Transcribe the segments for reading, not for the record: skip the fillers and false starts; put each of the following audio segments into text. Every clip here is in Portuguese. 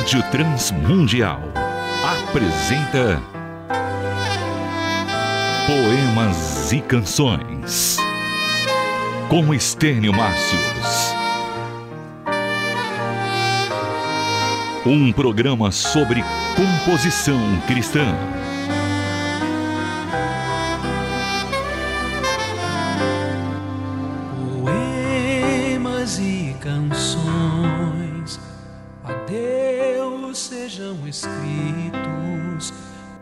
Rádio Transmundial apresenta Poemas e Canções com Estênio Márcios. Um programa sobre composição cristã. Poemas e canções a Deus sejam escritos.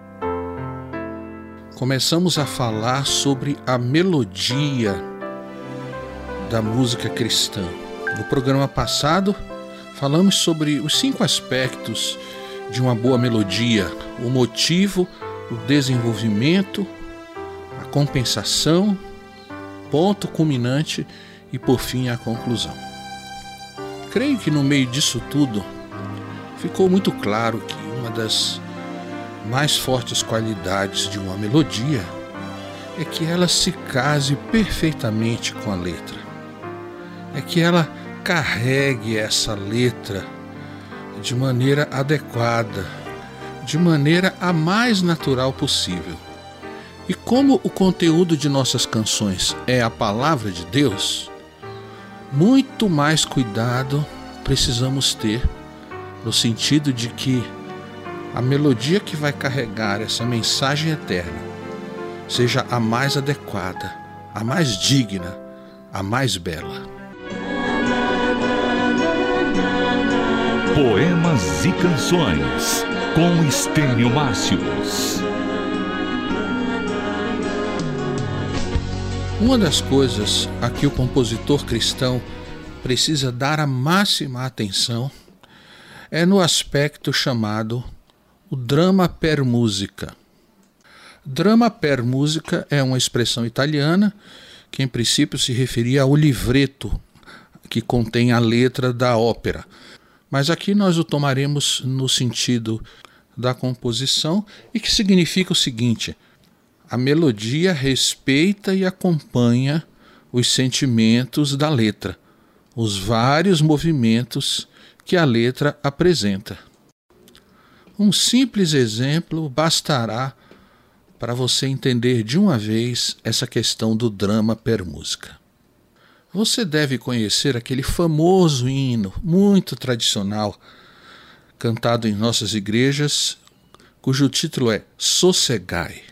Começamos a falar sobre a melodia da música cristã. No programa passado, falamos sobre os 5 aspectos de uma boa melodia: o motivo, o desenvolvimento, a compensação, ponto culminante e, por fim, a conclusão. Creio que no meio disso tudo, ficou muito claro que uma das mais fortes qualidades de uma melodia é que ela se case perfeitamente com a letra. É que ela carregue essa letra de maneira adequada, de maneira a mais natural possível. E como o conteúdo de nossas canções é a palavra de Deus, muito mais cuidado precisamos ter, no sentido de que a melodia que vai carregar essa mensagem eterna seja a mais adequada, a mais digna, a mais bela. Poemas e Canções com Estênio Márcios. Uma das coisas a que o compositor cristão precisa dar a máxima atenção é no aspecto chamado o drama per musica. Drama per musica é uma expressão italiana que em princípio se referia ao livreto que contém a letra da ópera. Mas aqui nós o tomaremos no sentido da composição, e que significa o seguinte: a melodia respeita e acompanha os sentimentos da letra, os vários movimentos que a letra apresenta. Um simples exemplo bastará para você entender de uma vez essa questão do drama per musica. Você deve conhecer aquele famoso hino, muito tradicional, cantado em nossas igrejas, cujo título é Sossegai.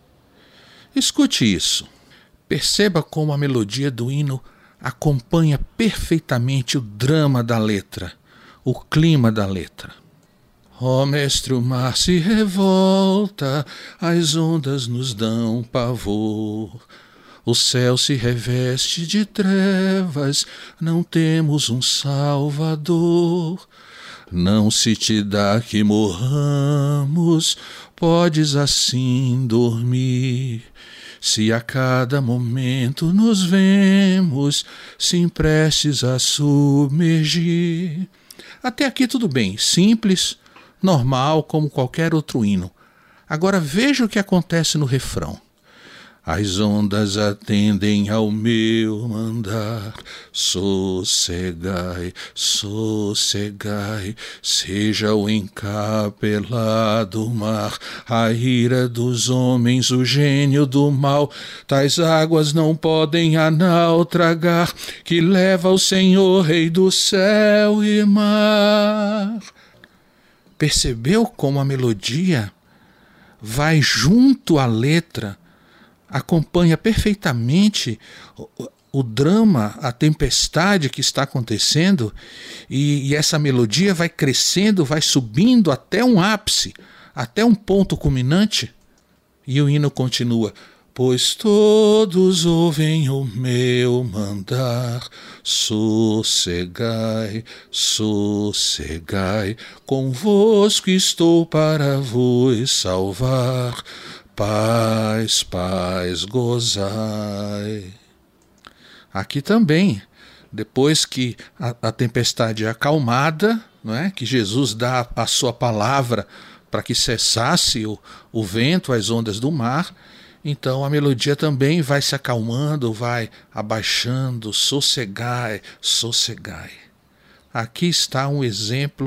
Escute isso. Perceba como a melodia do hino acompanha perfeitamente o drama da letra, o clima da letra. Ó mestre, o mar se revolta, as ondas nos dão pavor. O céu se reveste de trevas, não temos um Salvador. Não se te dá que morramos, podes assim dormir. Se a cada momento nos vemos, se prestes a submergir. Até aqui tudo bem, simples, normal, como qualquer outro hino. Agora veja o que acontece no refrão. As ondas atendem ao meu mandar, sossegai, sossegai, seja o encapelado mar, a ira dos homens, o gênio do mal, tais águas não podem a nau tragar, que leva o Senhor, Rei do céu e mar. Percebeu como a melodia vai junto à letra, acompanha perfeitamente o drama, a tempestade que está acontecendo, e essa melodia vai crescendo, vai subindo até um ápice, até um ponto culminante, e o hino continua: pois todos ouvem o meu mandar, sossegai, sossegai, convosco estou para vos salvar. Paz, paz, gozai. Aqui também, depois que a tempestade é acalmada, não é? Que Jesus dá a sua palavra para que cessasse o vento, as ondas do mar, então a melodia também vai se acalmando, vai abaixando, sossegai, sossegai. Aqui está um exemplo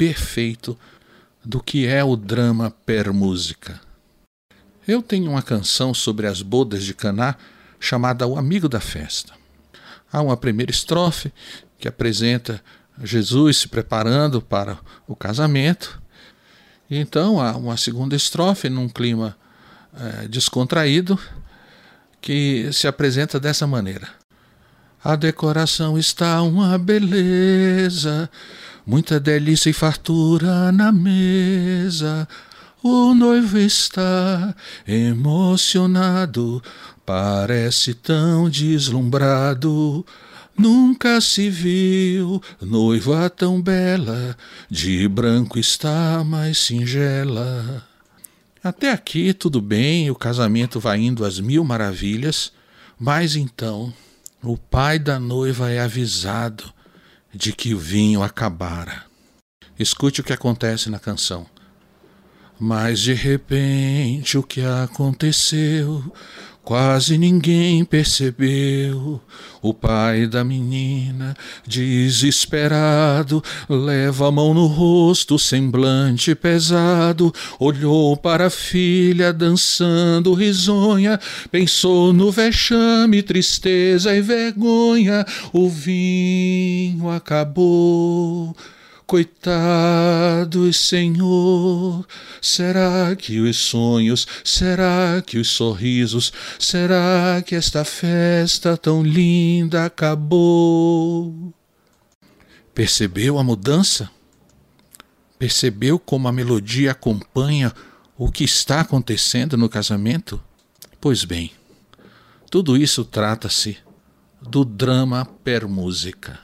perfeito do que é o drama per música. Eu tenho uma canção sobre as bodas de Caná chamada O Amigo da Festa. Há uma primeira estrofe que apresenta Jesus se preparando para o casamento. E então há uma segunda estrofe num clima descontraído que se apresenta dessa maneira. A decoração está uma beleza, muita delícia e fartura na mesa. O noivo está emocionado, parece tão deslumbrado. Nunca se viu noiva tão bela, de branco está mais singela. Até aqui tudo bem, o casamento vai indo às mil maravilhas, mas então o pai da noiva é avisado de que o vinho acabara. Escute o que acontece na canção. Mas de repente o que aconteceu, quase ninguém percebeu. O pai da menina, desesperado, leva a mão no rosto, semblante pesado, olhou para a filha dançando risonha, pensou no vexame, tristeza e vergonha. O vinho acabou. Coitado Senhor, será que os sonhos, será que os sorrisos, será que esta festa tão linda acabou? Percebeu a mudança? Percebeu como a melodia acompanha o que está acontecendo no casamento? Pois bem, tudo isso trata-se do drama per música.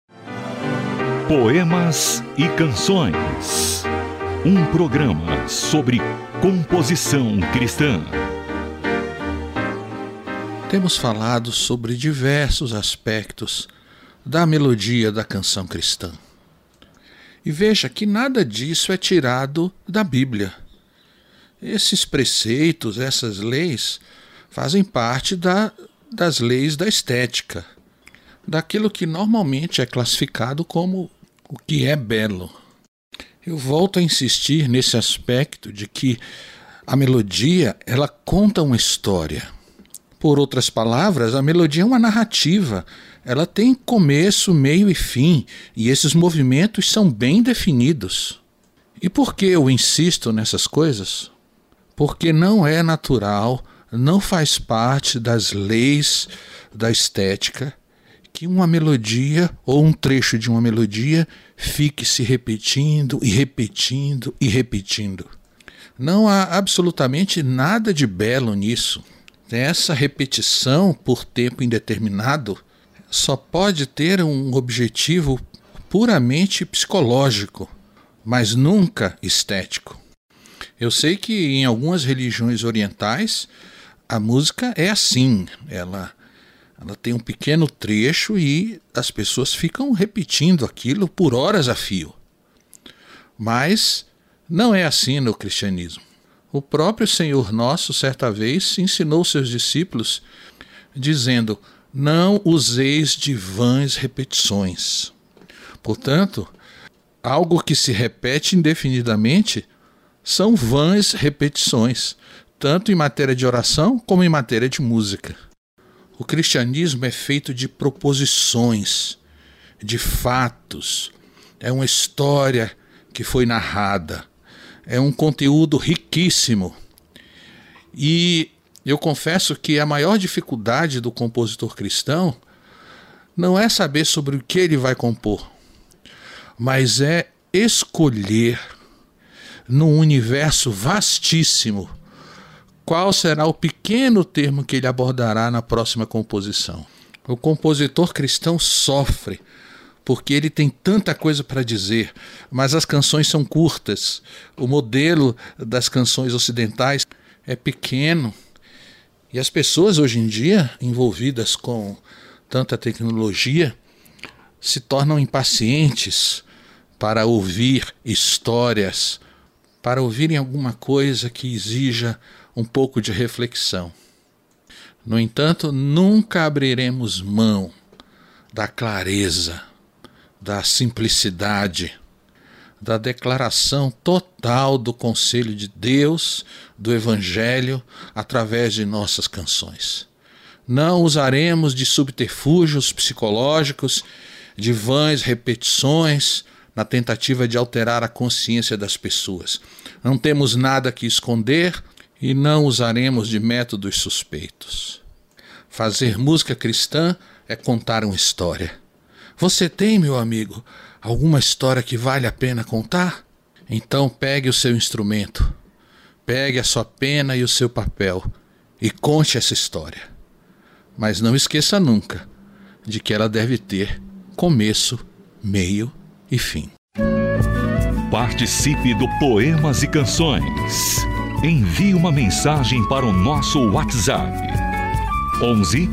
Poemas e Canções. Um programa sobre composição cristã. Temos falado sobre diversos aspectos da melodia da canção cristã. E veja que nada disso é tirado da Bíblia. Esses preceitos, essas leis, fazem parte das leis da estética, daquilo que normalmente é classificado como o que é belo. Eu volto a insistir nesse aspecto de que a melodia, ela conta uma história. Por outras palavras, a melodia é uma narrativa. Ela tem começo, meio e fim, e esses movimentos são bem definidos. E por que eu insisto nessas coisas? Porque não é natural, não faz parte das leis da estética que uma melodia ou um trecho de uma melodia fique se repetindo e repetindo e repetindo. Não há absolutamente nada de belo nisso. Essa repetição por tempo indeterminado só pode ter um objetivo puramente psicológico, mas nunca estético. Eu sei que em algumas religiões orientais a música é assim, ela tem um pequeno trecho e as pessoas ficam repetindo aquilo por horas a fio. Mas não é assim no cristianismo. O próprio Senhor nosso, certa vez, ensinou seus discípulos, dizendo: não useis de vãs repetições. Portanto, algo que se repete indefinidamente são vãs repetições, tanto em matéria de oração como em matéria de música. O cristianismo é feito de proposições, de fatos, é uma história que foi narrada, é um conteúdo riquíssimo. E eu confesso que a maior dificuldade do compositor cristão não é saber sobre o que ele vai compor, mas é escolher, num universo vastíssimo, qual será o pequeno termo que ele abordará na próxima composição. O compositor cristão sofre, porque ele tem tanta coisa para dizer, mas as canções são curtas. O modelo das canções ocidentais é pequeno. E as pessoas hoje em dia, envolvidas com tanta tecnologia, se tornam impacientes para ouvir histórias, para ouvirem alguma coisa que exija um pouco de reflexão. No entanto, nunca abriremos mão da clareza, da simplicidade, da declaração total do conselho de Deus, do Evangelho, através de nossas canções. Não usaremos de subterfúgios psicológicos, de vãs repetições, na tentativa de alterar a consciência das pessoas. Não temos nada que esconder e não usaremos de métodos suspeitos. Fazer música cristã é contar uma história. Você tem, meu amigo, alguma história que vale a pena contar? Então pegue o seu instrumento, pegue a sua pena e o seu papel e conte essa história. Mas não esqueça nunca de que ela deve ter começo, meio e fim. Participe do Poemas e Canções. Envie uma mensagem para o nosso WhatsApp 11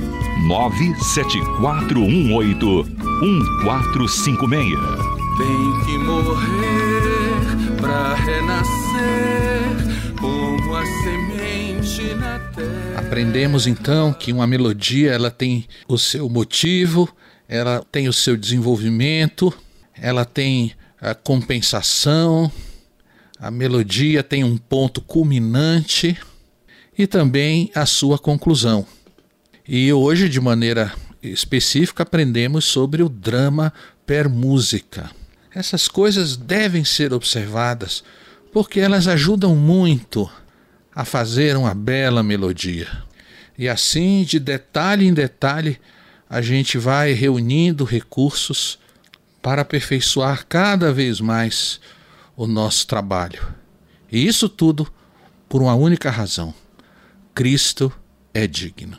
97418 1456. Tem que morrer pra renascer como a semente na terra. Aprendemos então que uma melodia ela tem o seu motivo, ela tem o seu desenvolvimento, ela tem a compensação, a melodia tem um ponto culminante e também a sua conclusão. E hoje, de maneira específica, aprendemos sobre o drama per música. Essas coisas devem ser observadas porque elas ajudam muito a fazer uma bela melodia. E assim, de detalhe em detalhe, a gente vai reunindo recursos para aperfeiçoar cada vez mais o nosso trabalho. E isso tudo por uma única razão: Cristo é digno.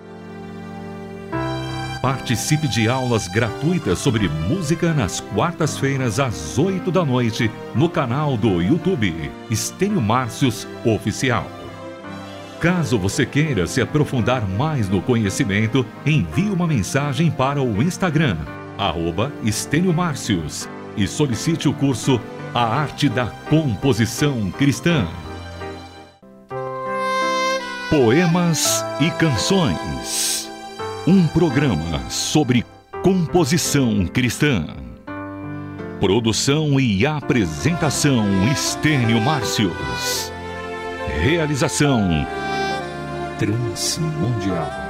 Participe de aulas gratuitas sobre música nas quartas-feiras às 8 da noite no canal do YouTube Estênio Márcios Oficial. Caso você queira se aprofundar mais no conhecimento, envie uma mensagem para o Instagram @Estênio Márcios e solicite o curso A Arte da Composição Cristã. Poemas e Canções. Um programa sobre composição cristã. Produção e apresentação Estênio Márcios. Realização Transmundial.